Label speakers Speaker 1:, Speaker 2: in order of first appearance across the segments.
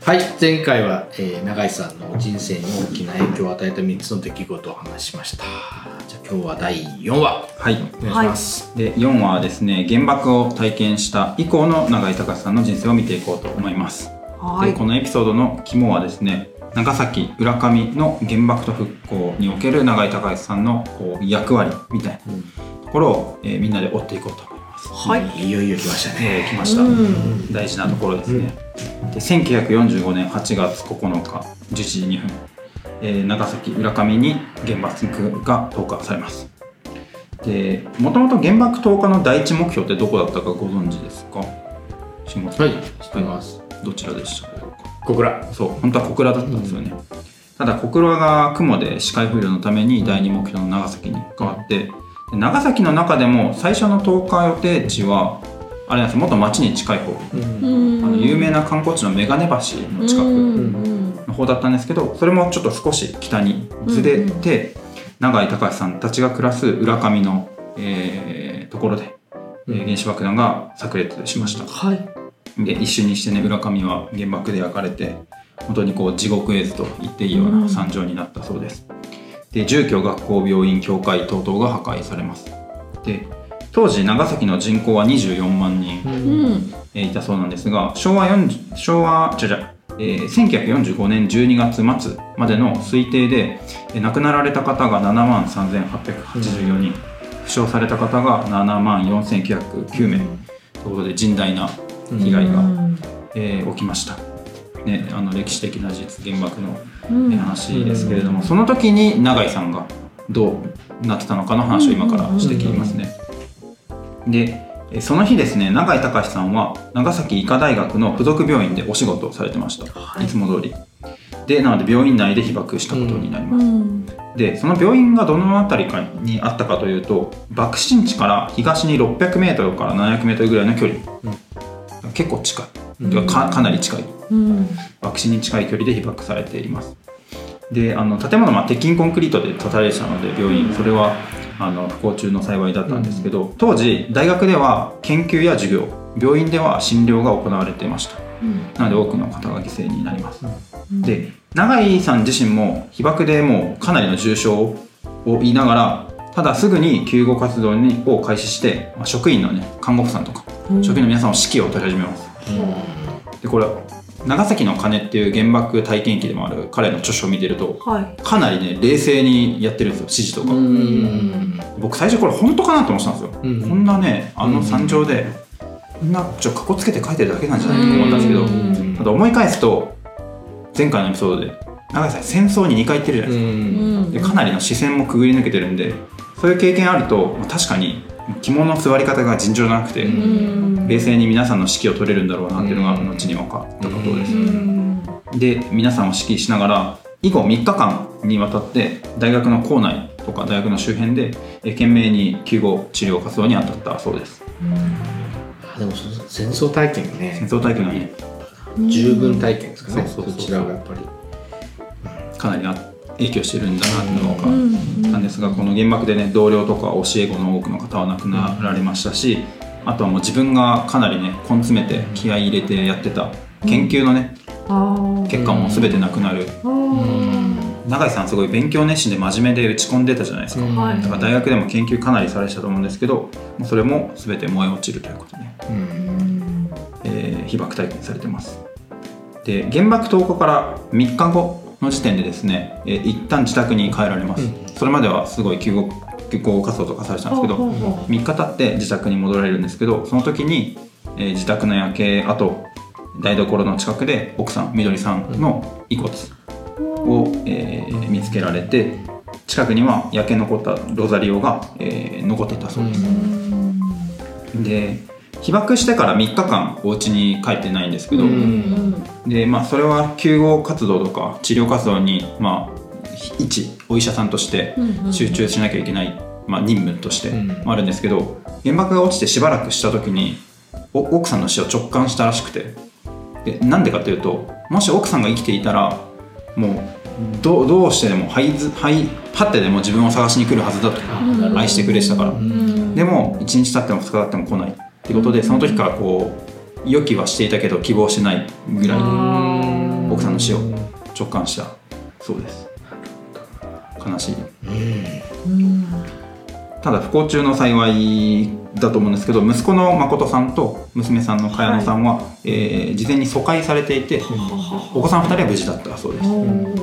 Speaker 1: はい、前回は、永井さんの人生に大きな影響を与えた3つの出来事を話しました。じゃあ今日は第4話、
Speaker 2: はい、
Speaker 1: お願いします。
Speaker 2: で4話はですね、原爆を体験した以降の永井隆さんの人生を見ていこうと思います。でこのエピソードの肝はですね、長崎浦上の原爆と復興における永井隆さんのこう役割みたいなところを、みんなで追っていこうと思います。
Speaker 1: はい、いよいよ来ましたね。
Speaker 2: 来ました。大事なところですね。で1945年8月9日11時2分、長崎浦上に原爆が投下されます。でもともと原爆投下の第一目標ってどこだったかご存知ですか？下本さん。
Speaker 1: はい、知ってます。
Speaker 2: どちらでしたか？
Speaker 1: 小倉。
Speaker 2: そう、本当は小倉だったんですよね。ただ小倉が雲で視界不良のために第二目標の長崎に変わって、長崎の中でも最初の投下予定地はあれなんですよ、もっと町に近い方、有名な観光地の眼鏡橋の近くの方だったんですけど、それもちょっと少し北にずれて、永井隆さんたちが暮らす浦上の、ところで、原子爆弾が炸裂しました。
Speaker 3: はい、
Speaker 2: で一瞬にしてね、浦上は原爆で焼かれて、本当にこう地獄絵図と言っていいような惨状になったそうです。で住居、学校、病院、教会等々が破壊されます。で当時長崎の人口は24万人、いたそうなんですが、1945年12月末までの推定で、亡くなられた方が7万3884人、負傷された方が7万4909名ということで甚大な被害が、起きました。ね、歴史的な実原爆の、話ですけれども、その時に永井さんがどうなってたのかの話を今からしていきますね。でその日ですね、永井隆さんは長崎医科大学の附属病院でお仕事をされてました、いつも通りで。なので病院内で被爆したことになります。でその病院がどの辺りかにあったかというと、爆心地から東に600メートルから700メートルぐらいの距離、結構近い、かなり近い、爆心に近い距離で被爆されています。で建物は鉄筋コンクリートで建てられてたので、病院それは不幸中の幸いだったんですけど、当時大学では研究や授業、病院では診療が行われていました。なので多くの方が犠牲になります。で永井さん自身も被爆でもうかなりの重傷を言いながら、ただすぐに救護活動を開始して、職員のね、看護婦さんとか職員の皆さんを指揮を取り始めます。でこれ長崎の鐘っていう原爆体験記でもある彼の著書を見てると、かなりね冷静にやってるんですよ、指示とか。僕最初これ本当かなと思ってたんですよ。こんなね、惨状でこんなかっこつけて書いてるだけなんじゃないかと思ったんですけど、ただ思い返すと前回のエピソードで永井さん戦争に2回行ってるじゃないですか。でかなりの視線もくぐり抜けてるんで、そういう経験あると確かに肝の座り方が尋常じゃなくて、冷静に皆さんの指揮を取れるんだろうなっていうのが後に分かったことです。で皆さんを指揮しながら以後3日間にわたって大学の構内とか大学の周辺で懸命に救護治療活動に当たったそうです。
Speaker 1: でもその戦争体験がね、
Speaker 2: 戦争体験がね、
Speaker 1: 十分体験ですかね。
Speaker 2: そう
Speaker 1: そちらがやっぱり
Speaker 2: かなり影響してるんだなっていうのが分かったんですが、この原爆でね、同僚とか教え子の多くの方は亡くなられましたし、あとはもう自分がかなりね根詰めて気合い入れてやってた研究のね、結果も全てなくなる。永井さんすごい勉強熱心で真面目で打ち込んでたじゃないですか。だから大学でも研究かなりされてたと思うんですけど、それも全て燃え落ちるということで、被爆体験されてます。で原爆投下から3日後の時点でですね、一旦自宅に帰られます。それまではすごい救護活動とかされてたんですけど、3日経って自宅に戻られるんですけど、その時に、自宅の焼け跡、台所の近くで奥さんみどりさんの遺骨を、見つけられて、近くには焼け残ったロザリオが、残っていたそうです。で被爆してから3日間お家に帰ってないんですけど、でそれは救護活動とか治療活動に、一お医者さんとして集中しなきゃいけない、任務としてもあるんですけど、原爆が落ちてしばらくした時に奥さんの死を直感したらしくて、でなんでかというと、もし奥さんが生きていたらもうどうしてでも這ってでも自分を探しに来るはずだと、愛してくれてたから。でも1日経っても2日経っても来ないってことで、その時からこう予期はしていたけど希望してないぐらい国産の死を直感したそうです。悲しい。ただ不幸中の幸いだと思うんですけど、息子の誠さんと娘さんの茅野さんは、事前に疎開されていて、お子さん2人は無事だったそうです。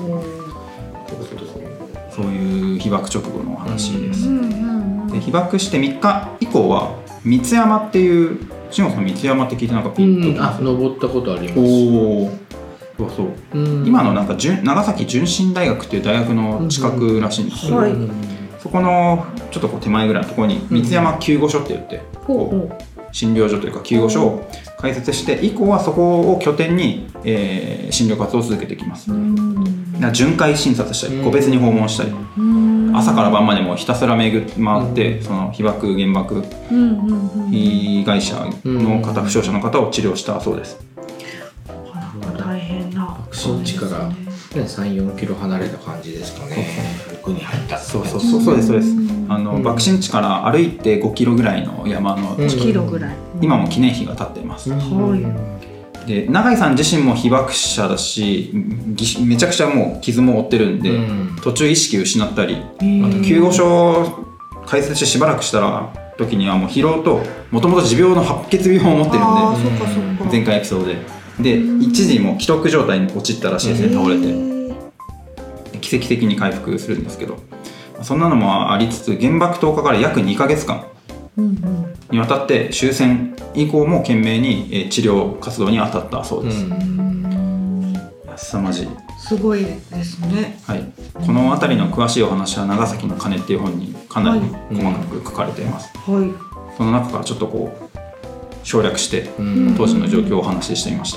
Speaker 2: そういう被爆直後のお話です。で被爆して3日以降は三ツ山っていう、慎吾さん三ツ山って聞いてなんかピンと
Speaker 1: 登ったことあります。
Speaker 2: そう、今のなんか長崎純真大学っていう大学の近くらしいんですけど、そこのちょっとこう手前ぐらいのところに三ツ山救護所って言って、こう診療所というか救護所を開設して以降はそこを拠点に、診療活動を続けていきます。巡回診察したり個別に訪問したり、朝から晩までもひたすら巡って回って、その被爆原爆被害者の方、負傷者の方を治療したそうです。
Speaker 3: 大変な
Speaker 1: 爆心地から、3、4キロ離れた感じですかね。奥に入った。
Speaker 2: そうです。爆心地から歩いて5キロぐらいの山の
Speaker 3: 5キロぐらい。
Speaker 2: 今も記念碑が建っています。で永井さん自身も被爆者だし、めちゃくちゃもう傷も負ってるんで、途中意識を失ったり、あと救護所を開設してしばらくした時にはもう疲労と、もともと持病の白血病を持ってるんで、前回エピソードで一時もう既得状態に陥ったらしいですね。倒れて奇跡的に回復するんですけど、そんなのもありつつ、原爆投下から約2ヶ月間にわたって終戦以降も懸命に治療活動に当たったそうです。凄まじい。
Speaker 3: すごいですね。
Speaker 2: はい、この辺りの詳しいお話は長崎の鐘っていう本にかなり細かく書かれています。その中からちょっとこう省略して当時の状況をお話ししてみました。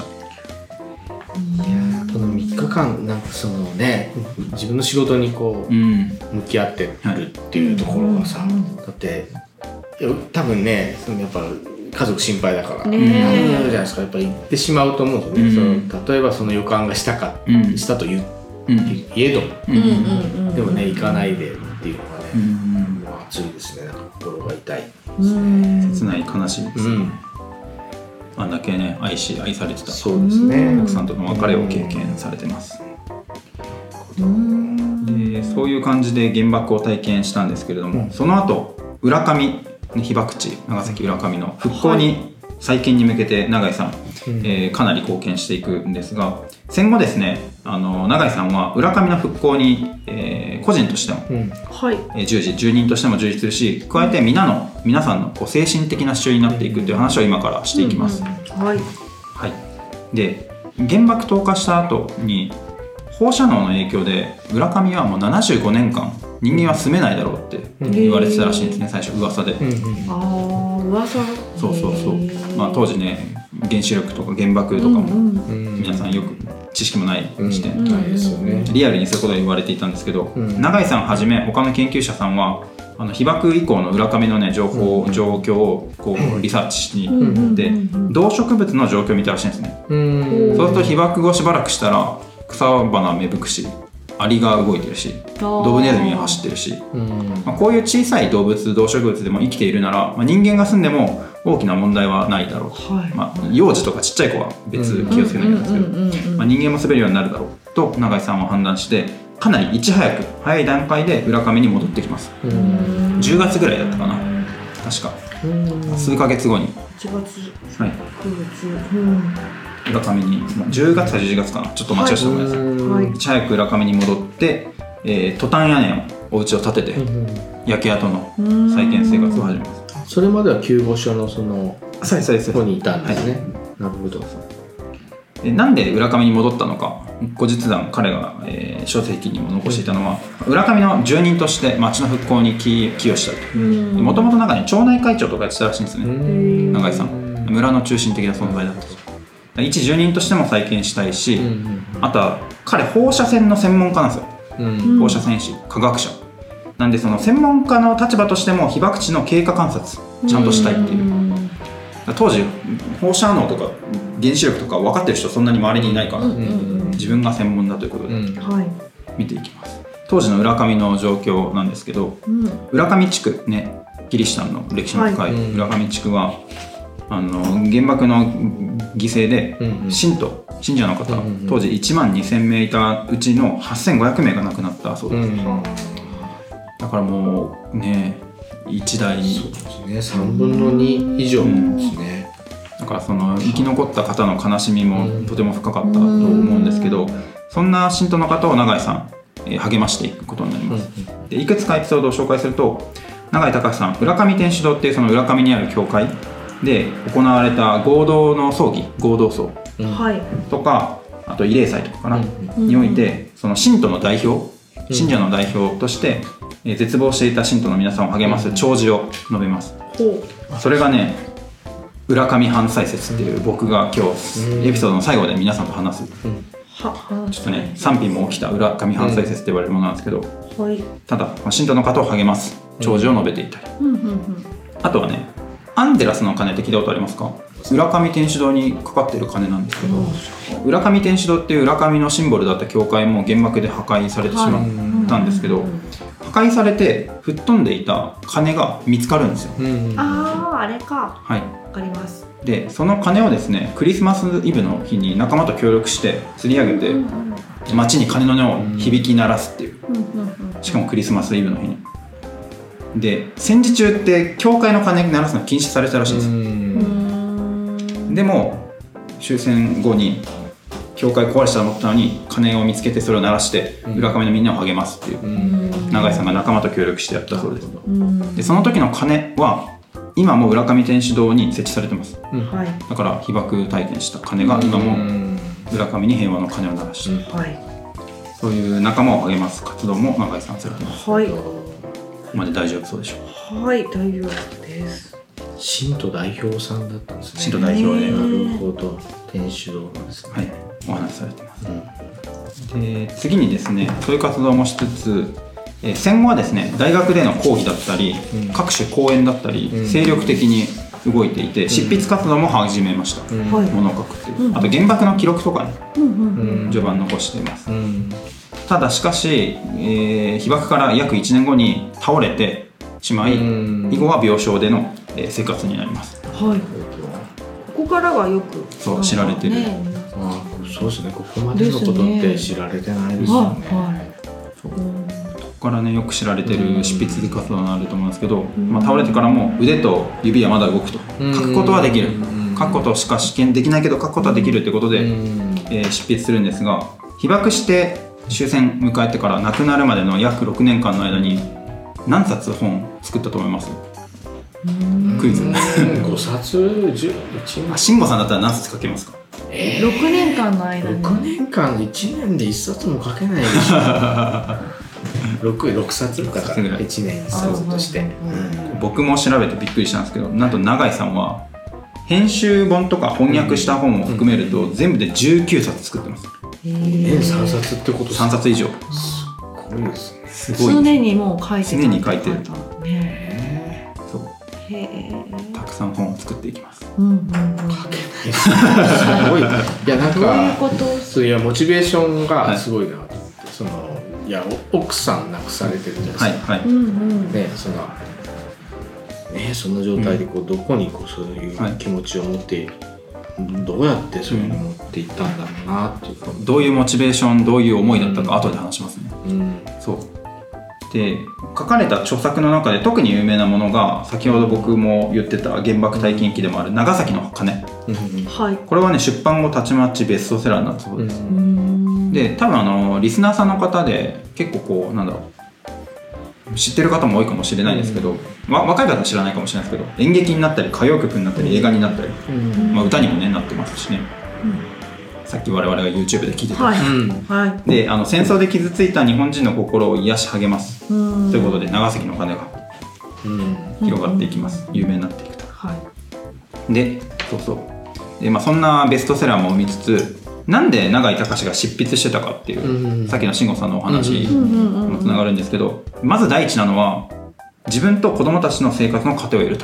Speaker 1: この3日間なんかそのね、自分の仕事にこう向き合ってるっていうところがさ、だって多分ね、そのやっぱ家族心配だからじゃないですか。やっぱり行ってしまうと思うんですよね。例えばその予感がしたと言えども、でもね行かないでっていうのがね、熱いですね。なんか心が痛い。
Speaker 2: 切ない、悲しいですね。あんだけね愛されてた
Speaker 1: そうですね。
Speaker 2: 奥さんとの別れを経験されてます。でそういう感じで原爆を体験したんですけれども、その後浦上被爆地長崎浦上の復興に再建に向けて永井さん、かなり貢献していくんですが、戦後ですね、永井さんは浦上の復興に、個人としても、従事、住人としても充実し、加えて皆さんのこう精神的な支柱になっていくという話を今からしていきます。で原爆投下した後に放射能の影響で浦上はもう75年間人間は住めないだろうって言われてたらしいんですね、最初噂で。
Speaker 3: 噂。
Speaker 2: そう、当時ね原子力とか原爆とかも皆さんよく知識もない視点、リアルにそういうことが言われていたんですけど、永井さんはじめ他の研究者さんは被爆以降の浦上のね状況をこうリサーチしに行って動植物の状況を見たらしいんですね。そうすると被爆後しばらくしたら草花芽吹くし、アリが動いてるし、ドブネズミが走ってるし、こういう小さい動物動植物でも生きているなら、人間が住んでも大きな問題はないだろうと、幼児とかちっちゃい子は別気をつけなきゃいけないんですけど、人間も住めるようになるだろうと永井さんは判断して、かなり早い段階で浦上に戻ってきます。10月ぐらいだったかな、確か数ヶ月後に
Speaker 3: 1月、
Speaker 2: 9月、浦上に10月か11月かな、ちょっと待ち合わせてもらいます。いち早く浦上に戻って、トタン屋根のお家を建てて、焼け跡の再建生活を始めます。
Speaker 1: それまでは救護所のその方にいたんですね。なるほど。
Speaker 2: なんで浦上に戻ったのか、後日談彼が、書籍にも残していたのは、浦上の住人として町の復興に寄与したいと。もともと町内会長とかやってたらしいんですね、永井さん。村の中心的な存在だったと。一住人としても再建したいし、あとは彼放射線の専門家なんですよ。放射線士、科学者なんで、その専門家の立場としても被爆地の経過観察ちゃんとしたいっていう。当時放射能とか原子力とか分かってる人そんなに周りにいないから、自分が専門だということで見ていきます。当時の浦上の状況なんですけど、浦上地区ね、キリシタンの歴史の深い浦上地区は原爆の犠牲で信者の方、当時1万2000名いたうちの8500名が亡くなったそうです、だからもうね1台、
Speaker 1: そうですね、3分の2以上ですね、
Speaker 2: だからその生き残った方の悲しみもとても深かったと思うんですけど、そんな信徒の方を永井さん、励ましていくことになります。でいくつかエピソードを紹介すると、永井隆さん浦上天主堂っていうその浦上にある教会で行われた合同の葬儀、合同葬とか、あと慰霊祭とかかな、においてその信徒の代表、信者の代表として絶望していた信徒の皆さんを励ます弔辞を述べます。それがね、浦上反祭説っていう僕が今日エピソードの最後で皆さんと話す、ちょっとね賛否も起きた浦上反祭説って言われるものなんですけど、ただ信徒の方を励ます弔辞を述べていたり、あとはね、アンデラスの鐘って聞いたことありますか？浦上天主堂にかかっている鐘なんですけど、浦上天主堂っていう浦上のシンボルだった教会も原爆で破壊されてしまったんですけど、破壊されて吹っ飛んでいた鐘が見つかるんですよ。
Speaker 3: あれか、
Speaker 2: はい、
Speaker 3: わかります。
Speaker 2: でその鐘をですね、クリスマスイブの日に仲間と協力して釣り上げて、街に鐘の音を響き鳴らすっていう、しかもクリスマスイブの日に。で戦時中って教会の鐘鳴らすの禁止されたらしいんですよ。でも終戦後に教会壊れちゃったのに鐘を見つけてそれを鳴らして浦上のみんなを励ますっていう、永井さんが仲間と協力してやったそうです。でその時の鐘は今も浦上天主堂に設置されてます、だから被爆体験した鐘が今も浦上に平和の鐘を鳴らして、そういう仲間を励ます活動も永井さんされてます。ここまで大丈夫そうでしょうか？
Speaker 3: はい、大丈夫です。
Speaker 1: 信徒代表さんだったんですね。
Speaker 2: 信徒代表で、
Speaker 1: なるほど、天主堂なんですね。
Speaker 2: はい、お話しされてます、で次にですね、そういう活動もしつつ、戦後はですね、大学での講義だったり、各種講演だったり、精力的に動いていて、執筆活動も始めました、物を書くっていう、あと原爆の記録とかね、序盤残しています、ただしかし、被爆から約1年後に倒れてしまい、以後は病床での、生活になります。
Speaker 3: ここからがよく
Speaker 2: そう知られてる、
Speaker 1: そうですね、ここまでのことって知られてないですよね。
Speaker 2: ここからねよく知られてる執筆活動になると思うんですけど、倒れてからも腕と指はまだ動くと、書くことはできる、書くことしか試験できないけど書くことはできるってことで、執筆するんですが、被爆して終戦迎えてから亡くなるまでの約6年間の間に何冊本作ったと思います？クイズ。
Speaker 1: 5冊10、
Speaker 2: 慎吾さんだったら何冊書けますか
Speaker 3: ？6年間の間に
Speaker 1: 6年間1年で1冊も書けないでしょ。6冊だから1年1冊として、
Speaker 2: 僕も調べてびっくりしたんですけど、なんと永井さんは編集本とか翻訳した本を含めると全部で19冊作ってます。
Speaker 1: 3冊ってこと
Speaker 2: ？3冊以上。
Speaker 1: すごいですね。
Speaker 2: すごい。
Speaker 3: 常にもう書いてる。
Speaker 2: 常に書いてる。そう。たくさん本を作っていきます。
Speaker 1: 書けないすごい。いやなんかそういうモチベーションがすごいな。そのいや奥さん亡くされてるじゃないですか。ね、その状態でこうどこにこうそういう気持ちを持ってどうやってそういうのを持っていったんだろうなっていうか、
Speaker 2: どういうモチベーション、どういう思いだったか後で話しますね。そうで書かれた著作の中で特に有名なものが先ほど僕も言ってた原爆体験記でもある長崎の鐘、これはね出版後たちまちベストセラーになったそうです。で多分リスナーさんの方で結構こうなんだろう、知ってる方も多いかもしれないですけど、若い方は知らないかもしれないですけど、演劇になったり歌謡曲になったり映画になったり、歌にもねなってますしね、さっき我々が YouTube で聞いてた、で戦争で傷ついた日本人の心を癒し励ますということで長崎の鐘が広がっていきます、有名になっていくと、でで、そんなベストセラーも生みつつ、なんで永井隆が執筆してたかっていう、さっきの慎吾さんのお話にもつながるんですけど、まず第一なのは自分と子供たちの生活の糧を得ると。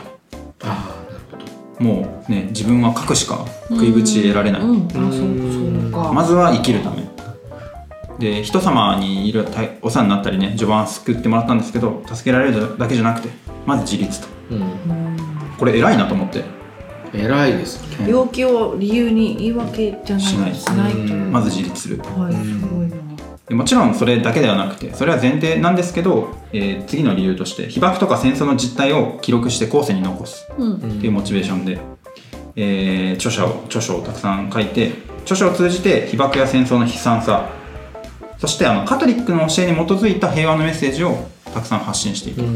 Speaker 2: もうね、自分は書くしか食いぶち得られない、まずは生きるためで、人様にお世話になったりね、序盤救ってもらったんですけど、助けられるだけじゃなくてまず自立と、これ偉いなと思って、
Speaker 1: 偉いですね。
Speaker 3: 病気を理由に言い訳じゃない
Speaker 2: しない
Speaker 3: と。
Speaker 2: まず自立する。
Speaker 3: はい、すごいな。
Speaker 2: でもちろんそれだけではなくて、それは前提なんですけど、次の理由として被爆とか戦争の実態を記録して後世に残すっていうモチベーションで、著書をたくさん書いて、著書を通じて被爆や戦争の悲惨さ、そしてカトリックの教えに基づいた平和のメッセージをたくさん発信していく。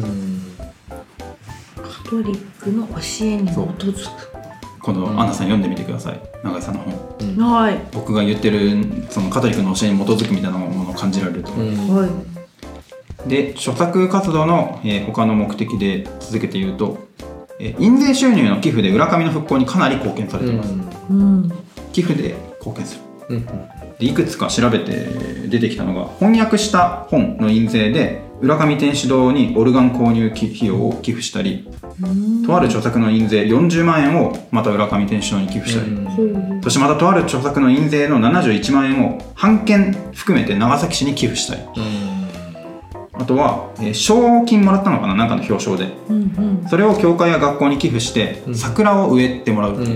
Speaker 3: カトリックの教えに基づく。
Speaker 2: 今度アンナさん読んでみてください、永井さんの本。
Speaker 3: はい。
Speaker 2: 僕が言ってるそのカトリックの教えに基づくみたいなものを感じられると思います。
Speaker 3: はい。
Speaker 2: で、著作活動の、他の目的で続けて言うと、印税収入の寄付で浦上の復興にかなり貢献されています。寄付で貢献する。でいくつか調べて出てきたのが、翻訳した本の印税で浦上天主堂にオルガン購入費用を寄付したり、とある著作の印税40万円をまた浦上天主堂に寄付したり、そしてまたとある著作の印税の71万円を版権含めて長崎市に寄付したり、あとは、賞金もらったのかな、なんかの表彰で、それを教会や学校に寄付して桜を植えてもらうっていう、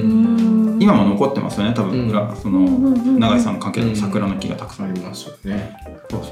Speaker 2: 今も残ってますよね、多分、その永井さん関係の桜の木がたくさんありますよね。そう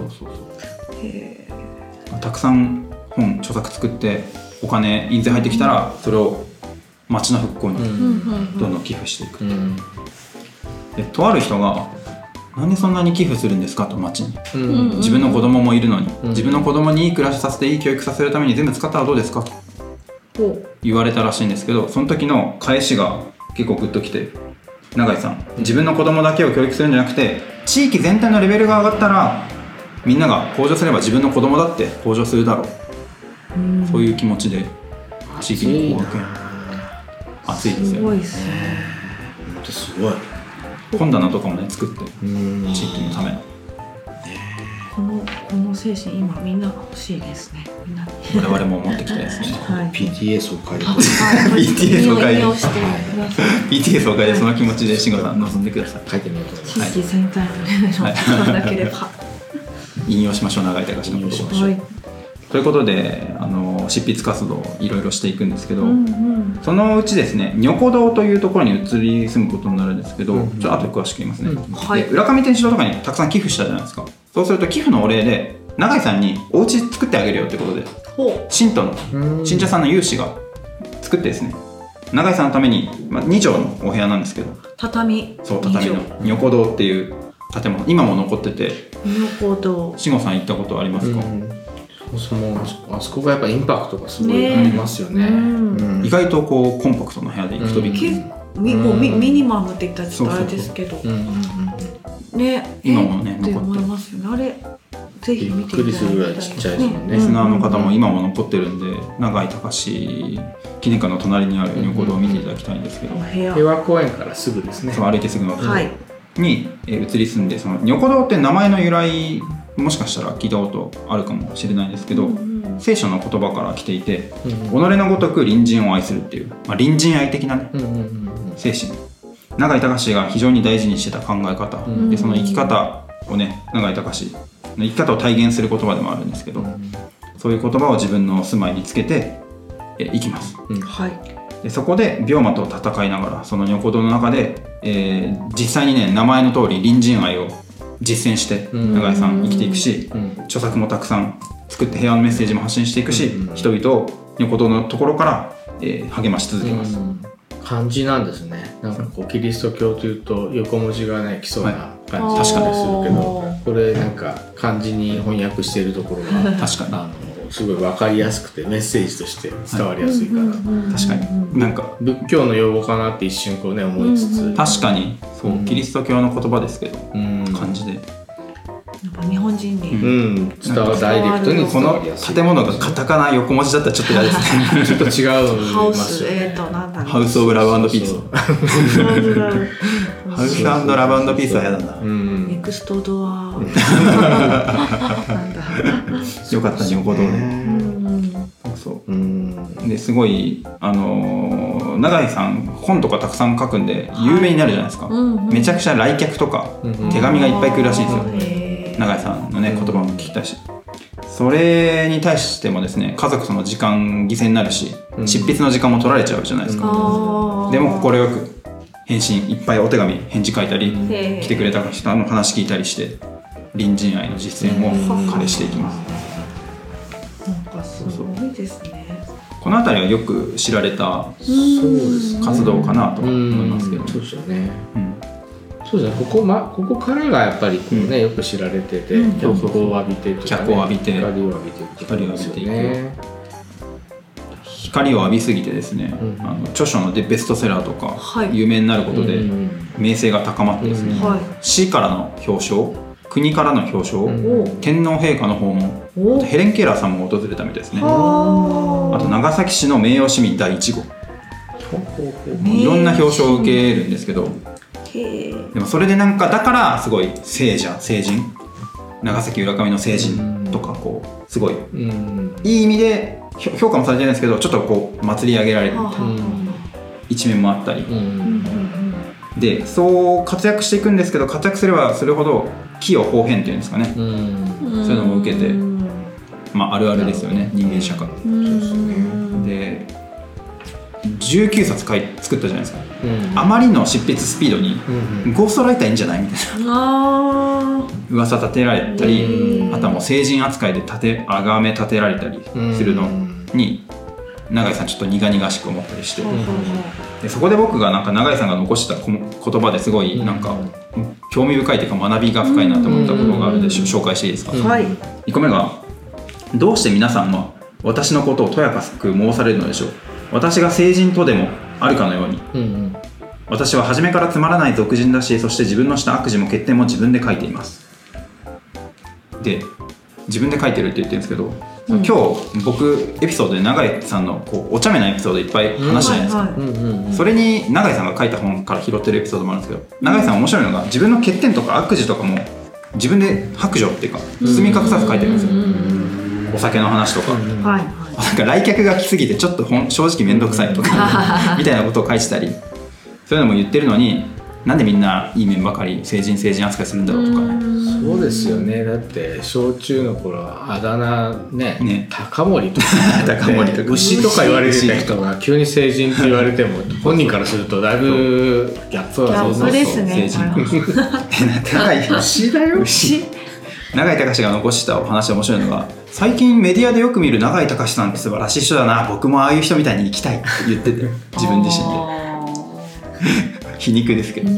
Speaker 2: たくさん著作作ってお金印税入ってきたら、それを町の復興にどんどん寄付していく。でとある人がなんでそんなに寄付するんですかと、町に、自分の子供もいるのに、自分の子供にいい暮らしさせていい教育させるために全部使ったらどうですかと言われたらしいんですけど、その時の返しが結構グッときて、永井さん、自分の子供だけを教育するんじゃなくて、地域全体のレベルが上がったらみんなが向上すれば自分の子供だって向上するだろう、そういう気持ちで地域に貢献。熱いですよね。
Speaker 3: すごいですね。
Speaker 1: 本当すごい。
Speaker 2: 本棚とかもね作って、地域のための。
Speaker 3: この精神今みんなが欲しいですね。みんな
Speaker 2: 我々も持ってきたいですね。
Speaker 1: PTS を書いて
Speaker 2: BTS を書いて
Speaker 3: BTS
Speaker 2: を書いて、その気持ちで慎吾さん臨んでください。
Speaker 1: 書いてみようと思います。
Speaker 3: 地域全体のレベルを取らなければ
Speaker 2: 引用しましょう、永井隆の言葉。ということで執筆活動をいろいろしていくんですけど、そのうちですね、如古堂というところに移り住むことになるんですけど、ちょっと後で詳しく言いますね。で浦上天主堂とかにたくさん寄付したじゃないですか。そうすると寄付のお礼で永井さんにお家作ってあげるよってことで、信徒の信者さんの有志が作ってですね、永井さんのために、2畳のお部屋なんですけど、畳の如古堂っていう建物、今も残ってて。
Speaker 3: 如古堂、
Speaker 2: 慎吾さん行ったことありますか？
Speaker 1: そもあそこがやっぱインパクトがすごいありますよね。
Speaker 2: 意外とこうコンパクトな部屋で行くとびっくり。
Speaker 3: もうミニマムって言ったらちょっとあれですけどね、
Speaker 2: 今もね
Speaker 3: 残ってますよね。あれぜひ見ていただきたい。
Speaker 1: びっくりするぐらいちっちゃいですもんね。
Speaker 2: リスナーの方も今も残ってるんで、永井隆記念館の隣にある如古堂を見ていただきたいんですけど、
Speaker 1: 平和公園からすぐですね。
Speaker 2: そう歩いてすぐのに移り住んで、その如古堂って名前の由来もしかしたら聞いたことあるかもしれないんですけど、聖書の言葉から来ていて、己のごとく隣人を愛するっていう、隣人愛的なね、精神、永井隆が非常に大事にしてた考え方で、その生き方をね、永井隆の生き方を体現する言葉でもあるんですけど、そういう言葉を自分の住まいにつけていきます。でそこで病魔と戦いながら、その如古堂の中で、実際にね、名前の通り隣人愛を実践して永井さん生きていくし、著作もたくさん作って平和のメッセージも発信していくし、人々を如古堂のところから、励まし続けます。
Speaker 1: 漢字なんですね。なんかこうキリスト教というと横文字がね来そうな感じがするけど、これなんか漢字に翻訳しているところが
Speaker 2: 確かに
Speaker 1: すごい分かりやすくてメッセージとして伝わりやすいから、
Speaker 2: 確かになんか
Speaker 1: 仏教の用語かなって一瞬こうね思いつつ、
Speaker 2: 確かにそう、キリスト教の言葉ですけど、漢字で
Speaker 3: なんか日本人に、
Speaker 1: 伝わる、ダイレクトに
Speaker 2: この建物がカタカナ横文字だったらちょっと嫌ですね。
Speaker 1: ちょっと違う
Speaker 3: ハウス、なんだろう、
Speaker 2: ハウスオブラブ&ピース。ハウス&ラブ&ピースは嫌だな。
Speaker 3: ネクストドア。
Speaker 2: よかった、如古堂で。ですごい永井さん本とかたくさん書くんで有名になるじゃないですか。めちゃくちゃ来客とか手紙がいっぱい来るらしいんですよ。永井さんのね言葉も聞きたいし、 それに対してもですね、家族との時間犠牲になるし、執筆の時間も取られちゃうじゃないですか。でも快く返信いっぱいお手紙返事書いたり、来てくれた人の話聞いたりして隣人愛の実践を彼していきます。
Speaker 3: なんかすごいですね。
Speaker 2: この辺りはよく知られた活動かなと思いますけど。
Speaker 1: そうですよね。そうですね。ここからがやっぱりこうね、よく知られてて、脚光を浴びて、
Speaker 2: 脚光を浴びて、
Speaker 1: 光を浴びていく。
Speaker 2: 光を浴びすぎてですね、著書のベストセラーとか有名になることで名声が高まってですね、市からの表彰、国からの表彰、天皇陛下の訪問、ヘレン・ケラーさんも訪れたみたいですね。あと長崎市の名誉市民第1号、いろんな表彰を受けるんですけど、でもそれでなんかだからすごい聖人、長崎浦上の聖人とかこうすごいいい意味で評価もされてるんですけど、ちょっとこう祭り上げられるみたいな一面もあったりで、そう活躍していくんですけど、活躍すればするほど器用方変っていうんですかね、そういうのも受けて、あるあるですよね、人間社会で。19冊作ったじゃないですか。あまりの執筆スピードにゴーストライターいいんじゃないみたいな噂立てられたり、あとはもう成人扱いで崇め立てられたりするのに永井さんちょっと苦々しく思ったりして、でそこで僕がなんか永井さんが残した言葉ですごいなんか興味深いというか学びが深いなと思ったことがあるので紹介していいですか。1個目が、どうして皆さんは私のことをとやかく申されるのでしょう。私が聖人とでもあるかのように、私は初めからつまらない俗人だし、そして自分のした悪事も欠点も自分で書いています。で、自分で書いてるって言ってるんですけど、今日僕エピソードで永井さんのこうお茶目なエピソードいっぱい話したじゃないですか。それに永井さんが書いた本から拾ってるエピソードもあるんですけど、永井さん面白いのが自分の欠点とか悪事とかも自分で白状っていうか包み隠さず書いてるんですよ。お酒の話とか、なんか来客が来すぎてちょっと正直面倒くさいとかみたいなことを書いてたり、そういうのも言ってるのに、なんでみんないい面ばかり成人扱いするんだろうとか。
Speaker 1: そうですよね。だって小中の頃はあだ名ね、高森とか牛とか言われてた人が急に成人って言われても本人からするとだいぶギャップ
Speaker 3: ですね。
Speaker 2: 成人牛だよ。永井隆が残したお話で面白いのが、最近メディアでよく見る永井隆さんって素晴らしい人だな、僕もああいう人みたいに生きたいって言ってて、自分自身で皮肉ですけど、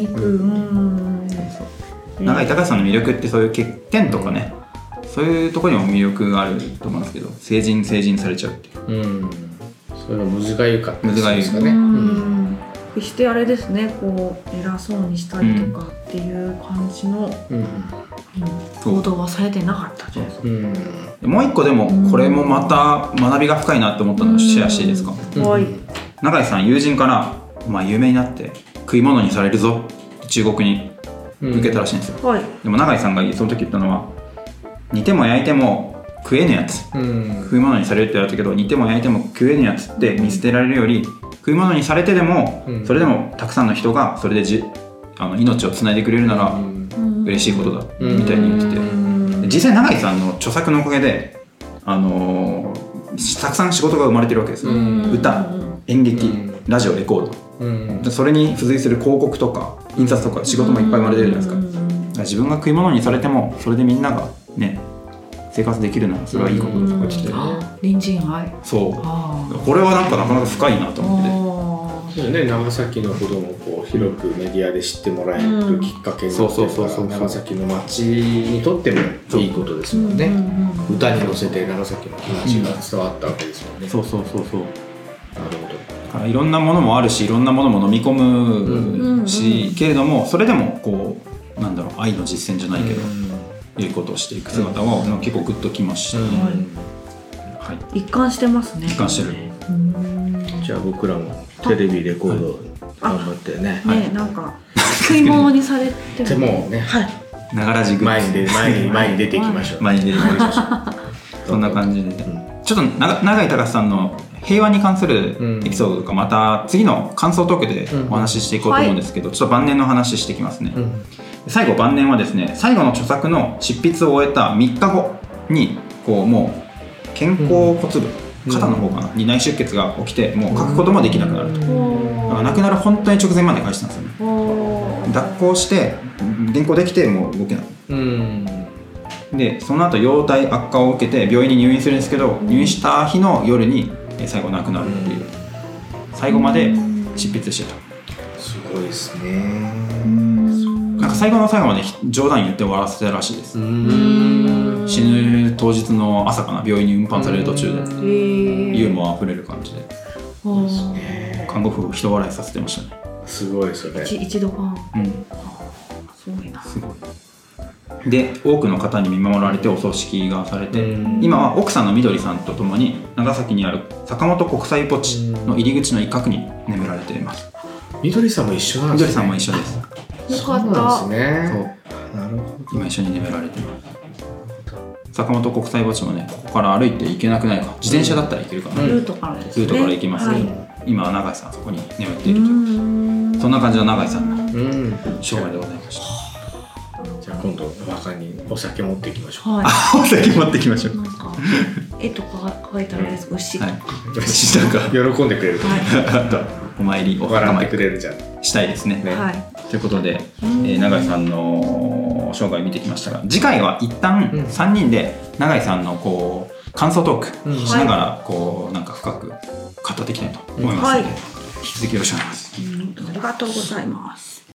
Speaker 2: 永井隆さんの魅力ってそういう欠点とかね、そういうところにも魅力があると思うんですけど、成人されちゃうっていう、
Speaker 1: それはむずがゆかったですかね。
Speaker 3: 決してあれですね、こう偉そうにしたりとかっていう感じの行動はされてなかったじゃないですか。
Speaker 2: もう一個でもこれもまた学びが深いなって思ったのをシェアしていいですか。永井さん友人から有名になって食い物にされるぞって中国に受けたらしいんですよ。でも永井さんがその時言ったのは、煮ても焼いても食えぬやつ、食い物にされるって言われたけど、煮ても焼いても食えぬやつって見捨てられるより、食い物にされてでも、それでもたくさんの人がそれで命をつないでくれるなら嬉しいことだみたいに言ってて、実際永井さんの著作のおかげでたくさん仕事が生まれてるわけですよ。歌、演劇、ラジオ、レコード、それに付随する広告とか印刷とか仕事もいっぱい生まれてるじゃないですか。だから自分が食い物にされてもそれでみんながね生活できるならそれはいいことだとか言ってて、
Speaker 3: 隣人愛、
Speaker 2: そうこれはなかなか深いなと思って。
Speaker 1: 長崎のこともこう広くメディアで知ってもらえるきっかけになってるから、長崎の町にとってもいいことですもんね。歌に乗せて長崎の話が伝わったわけですもんね。
Speaker 2: そう。なるほ
Speaker 1: ど。
Speaker 2: いろんなものもあるし、いろんなものも飲み込むし、けれどもそれでもこうなんだろう、愛の実践じゃないけど、いいことをしていく姿は結構グッときましたね。
Speaker 3: 一貫してますね。
Speaker 2: 一貫してる。
Speaker 1: じゃあ僕らもテレビレコード頑張ってね。
Speaker 3: なんか食い物にされて
Speaker 1: もね。
Speaker 2: ながらじ
Speaker 1: 前に出ていきましょう。
Speaker 2: 前に出ていきましょう。そんな感じで、ちょっと永井隆さんの平和に関するエピソードとかまた次の感想トークでお話ししていこうと思うんですけど、ちょっと晩年の話してきますね。最後晩年はですね、最後の著作の執筆を終えた3日後にこうもう肩甲骨部、肩の方かなに内出血が起きてもう書くこともできなくなると、だから亡くなる本当に直前まで返してたんですよね。脱臼して原稿できてもう動けない、でその後容体悪化を受けて病院に入院するんですけど、入院した日の夜に最後亡くなるっていう、最後まで執筆してた。
Speaker 1: すごいですね。
Speaker 2: なんか最後の最後まで冗談言って終わらせたらしいです。死ぬ当日の朝かな、病院に運搬される途中でユーモアあふれる感じで看護婦を人笑いさせてましたね。
Speaker 1: すごいですよね。
Speaker 3: 一度ファン、すごいな。
Speaker 2: すごい。で多くの方に見守られてお葬式がされて、今は奥さんのみどりさんと共に長崎にある坂本国際墓地の入り口の一角に眠られています。
Speaker 1: みどりさんも一緒なんですね。
Speaker 2: みどりさんも一緒です。
Speaker 3: よかった。
Speaker 1: そうなんですね。
Speaker 2: そう、
Speaker 1: なるほど。
Speaker 2: 今一緒に眠られています。坂本国際墓地もね、ここから歩いて行けなくないか、自転車だったら行けるかな、
Speaker 3: ルートからですね。
Speaker 2: ルートから行きます、今は永井さんそこに眠っているという、そんな感じの永井さんの生涯でございました。
Speaker 1: じゃあ今度お墓にお酒持っていきましょう。
Speaker 2: お酒持っていきましょう。
Speaker 3: なんか絵とか描いたらです。牛とか
Speaker 1: 牛とか喜んでくれる。
Speaker 2: お参り、お墓参りくれるじゃんしたいですね。ということで、永井さんの生涯見てきましたが、次回は一旦3人で永井さんのこう感想トークしながらこうなんか深く語っていきたいと思いますので、引き続きよろしくお願いします。
Speaker 3: ありがとうございます。